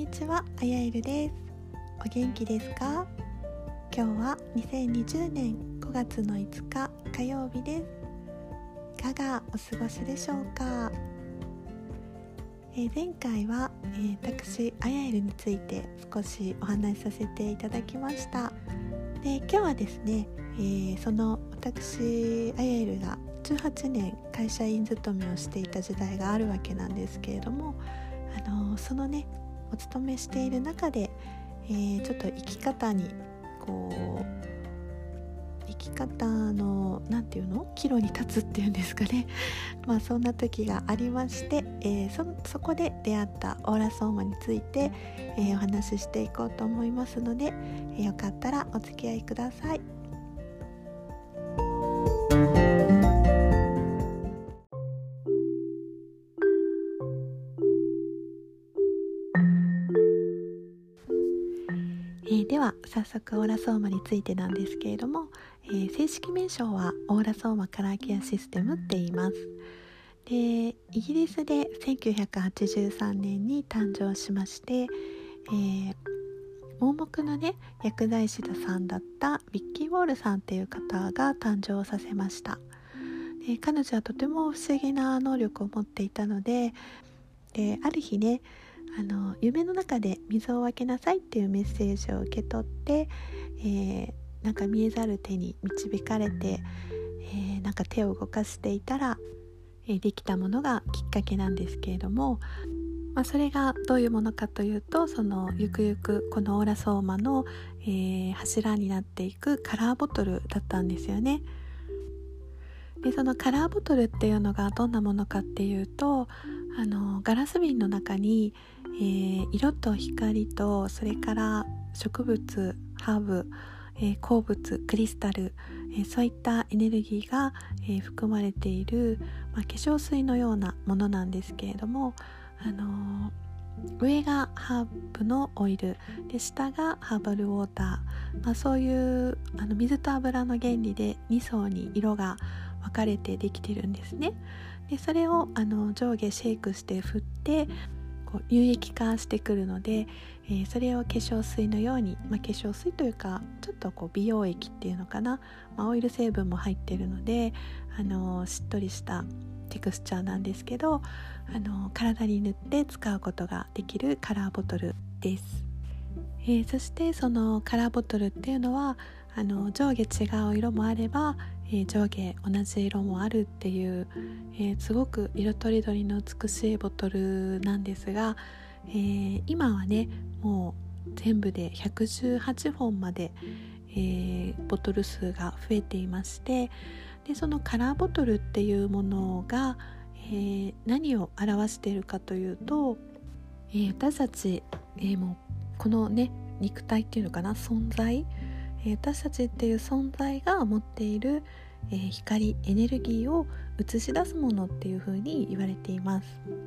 ちは、あやえるです。お元気ですか？今日は2020年5月の5日火曜日です。いかがお過ごしでしょうか？前回は、私あやえるについて少しお話しさせていただきました。で、今日はですね、その私あやえるが18年会社員勤めをしていた時代があるわけなんですけれども、そのねお勤めしている中で、ちょっと生き方に生き方の岐路に立つっていうんですかねそんな時がありまして、そこで出会ったオーラソーマについて、お話ししていこうと思いますので、よかったらお付き合いください。では早速オーラソーマについてなんですけれども、正式名称はオーラソーマカラーケアシステムって言います。で、イギリスで1983年に誕生しまして、盲目のね薬剤師さんだったビッキー・ウォールさんっていう方が誕生させました。で、彼女はとても不思議な能力を持っていたので、ある日ね夢の中で水を分けなさいっていうメッセージを受け取って、見えざる手に導かれて、手を動かしていたら、できたものがきっかけなんですけれども、それがどういうものかというと、そのゆくゆくこのオーラソーマの、柱になっていくカラーボトルだったんですよね。で、そのカラーボトルっていうのがどんなものかっていうと、ガラス瓶の中に、色と光と、それから植物、ハーブ、鉱物、クリスタル、そういったエネルギーが、含まれている、化粧水のようなものなんですけれども、上がハーブのオイルで、下がハーバルウォーター、そういう水と油の原理で2層に色が分かれてできてるんですね。で、それを上下シェイクして振って有液化してくるので、それを化粧水のように、化粧水というかちょっと美容液っていうのかな、オイル成分も入ってるのでしっとりしたテクスチャーなんですけど、体に塗って使うことができるカラーボトルです。そしてそのカラーボトルっていうのは上下違う色もあれば、上下同じ色もあるっていう、すごく色とりどりの美しいボトルなんですが、今はねもう全部で118本まで、ボトル数が増えていまして、でそのカラーボトルっていうものが、何を表しているかというと、私たち、もうこのね肉体っていうのかな、存在、私たちっていう存在が持っている、光、エネルギーを映し出すものっていうふうに言われています。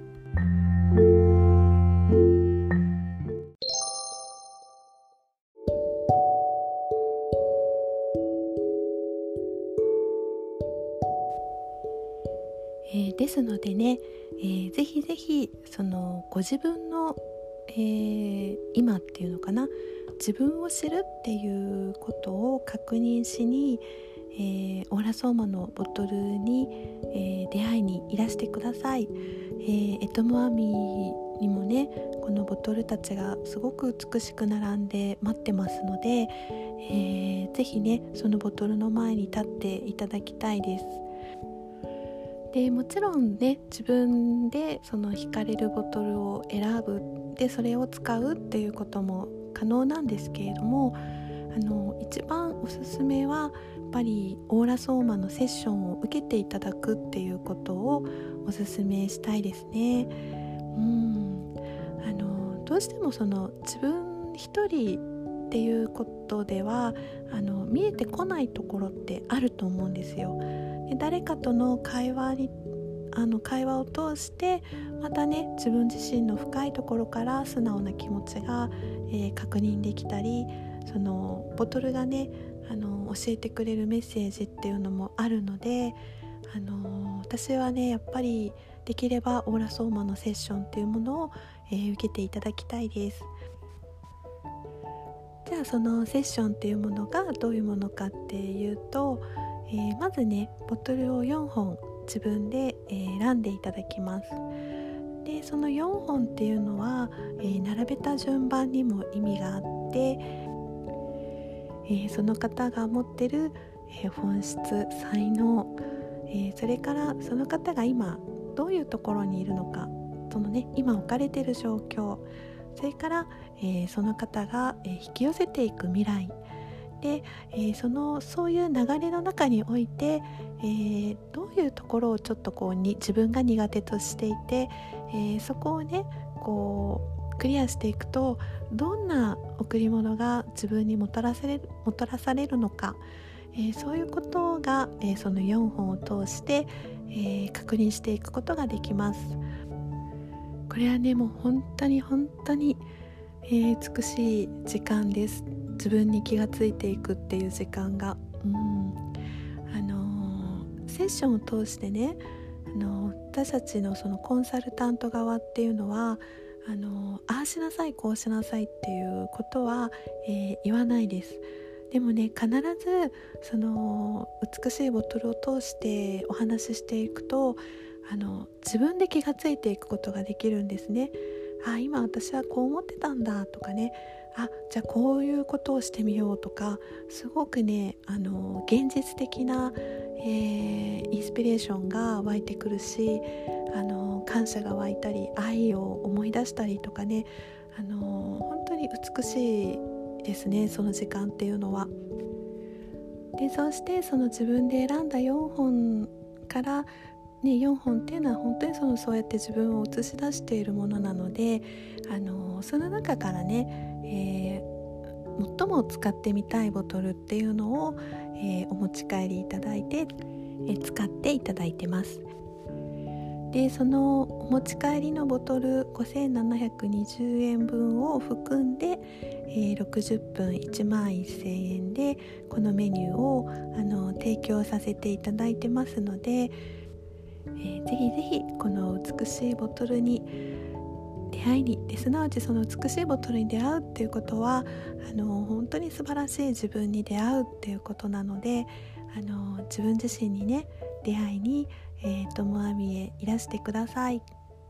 ですのでね、ぜひぜひそのご自分の、今っていうのかな、自分を知るっていうことを確認しに、オーラソーマのボトルに、出会いにいらしてください。エトムアミにもねこのボトルたちがすごく美しく並んで待ってますので、ぜひねそのボトルの前に立っていただきたいです。で、もちろんね自分でその惹かれるボトルを選ぶ、でそれを使うっていうことも可能なんですけれども、一番おすすめはやっぱりオーラソーマのセッションを受けていただくっていうことをおすすめしたいですね。どうしてもその自分一人っていうことでは見えてこないところってあると思うんですよ。で、誰かとの会話を通してまたね自分自身の深いところから素直な気持ちが、確認できたり、そのボトルがね教えてくれるメッセージっていうのもあるので、私はねやっぱりできればオーラソーマのセッションっていうものを、受けていただきたいです。 じゃあそのセッションっていうものがどういうものかっていうと、まずねボトルを4本自分で、選んでいただきます。でその4本っていうのは、並べた順番にも意味があって、その方が持ってる、本質、才能、それからその方が今どういうところにいるのか、そのね今置かれている状況、それから、その方が、引き寄せていく未来で、そういう流れの中において、どういうところをちょっと自分が苦手としていて、そこをねクリアしていくとどんな贈り物が自分にもたらされるのか、そういうことが、その4本を通して、確認していくことができます。これはねもう本当に、美しい時間です。自分に気がついていくっていう時間が、セッションを通してね、私たちのそのコンサルタント側っていうのはああしなさいこうしなさいっていうことは、言わないです。でもね必ずその美しいボトルを通してお話ししていくと自分で気がついていくことができるんですね。今私はこう思ってたんだとかね、じゃあこういうことをしてみようとか、すごくね現実的な、インスピレーションが湧いてくるし、感謝が湧いたり愛を思い出したりとかね、本当に美しいですね、その時間っていうのは。でそしてその自分で選んだ4本から4本っていうのは本当にそうやって自分を映し出しているものなので、その中からね、最も使ってみたいボトルっていうのを、お持ち帰りいただいて、使っていただいてます。でそのお持ち帰りのボトル5720円分を含んで、60分1万1000円でこのメニューを提供させていただいてますので、ぜひぜひこの美しいボトルに出会いにすなわちその美しいボトルに出会うっていうことは本当に素晴らしい自分に出会うっていうことなので、自分自身にね出会いに、ともあみへいらしてください。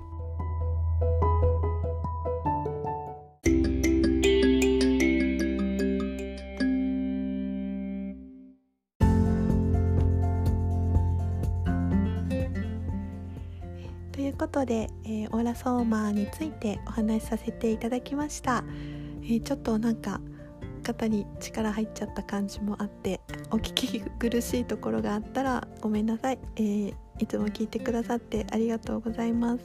ということで、オーラソーマーについてお話しさせていただきました。ちょっとなんか肩に力入っちゃった感じもあってお聞き苦しいところがあったらごめんなさい。いつも聞いてくださってありがとうございます。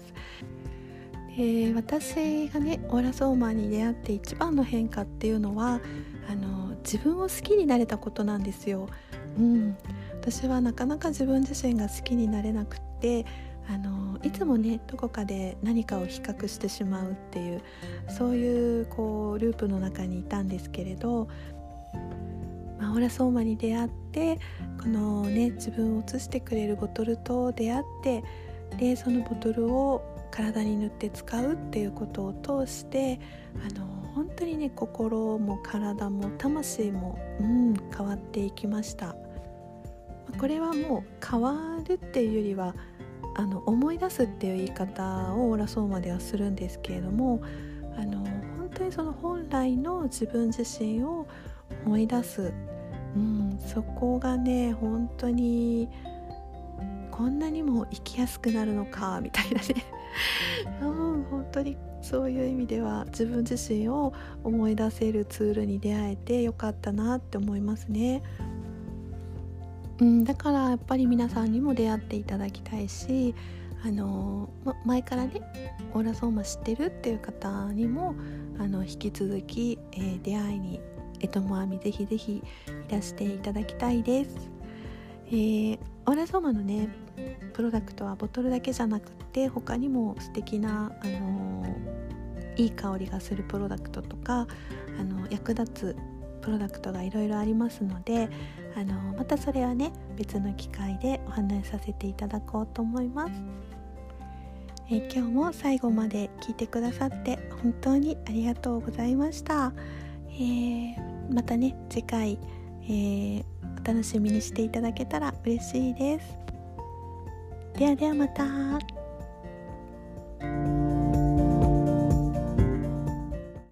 私がねオーラソーマーに出会って一番の変化っていうのは自分を好きになれたことなんですよ。私はなかなか自分自身が好きになれなくっていつもねどこかで何かを比較してしまうっていうそういうループの中にいたんですけれど、オーラソーマに出会ってこのね自分を映してくれるボトルと出会って、でそのボトルを体に塗って使うっていうことを通して本当にね心も体も魂も、変わっていきました。これはもう変わるっていうよりは思い出すっていう言い方をオーラソーマではするんですけれども、本当にその本来の自分自身を思い出す、そこがね本当にこんなにも生きやすくなるのかみたいなね本当にそういう意味では自分自身を思い出せるツールに出会えてよかったなって思いますね。だからやっぱり皆さんにも出会っていただきたいし、前からねオーラソーマ知ってるっていう方にも引き続き、出会いにともあみぜひぜひいらしていただきたいです。オーラソーマのねプロダクトはボトルだけじゃなくて他にも素敵な、いい香りがするプロダクトとか役立つプロダクトがいろいろありますのでまたそれはね別の機会でお話しさせていただこうと思います。今日も最後まで聞いてくださって本当にありがとうございました。 またね次回、お楽しみにしていただけたら嬉しいです。ではではまた。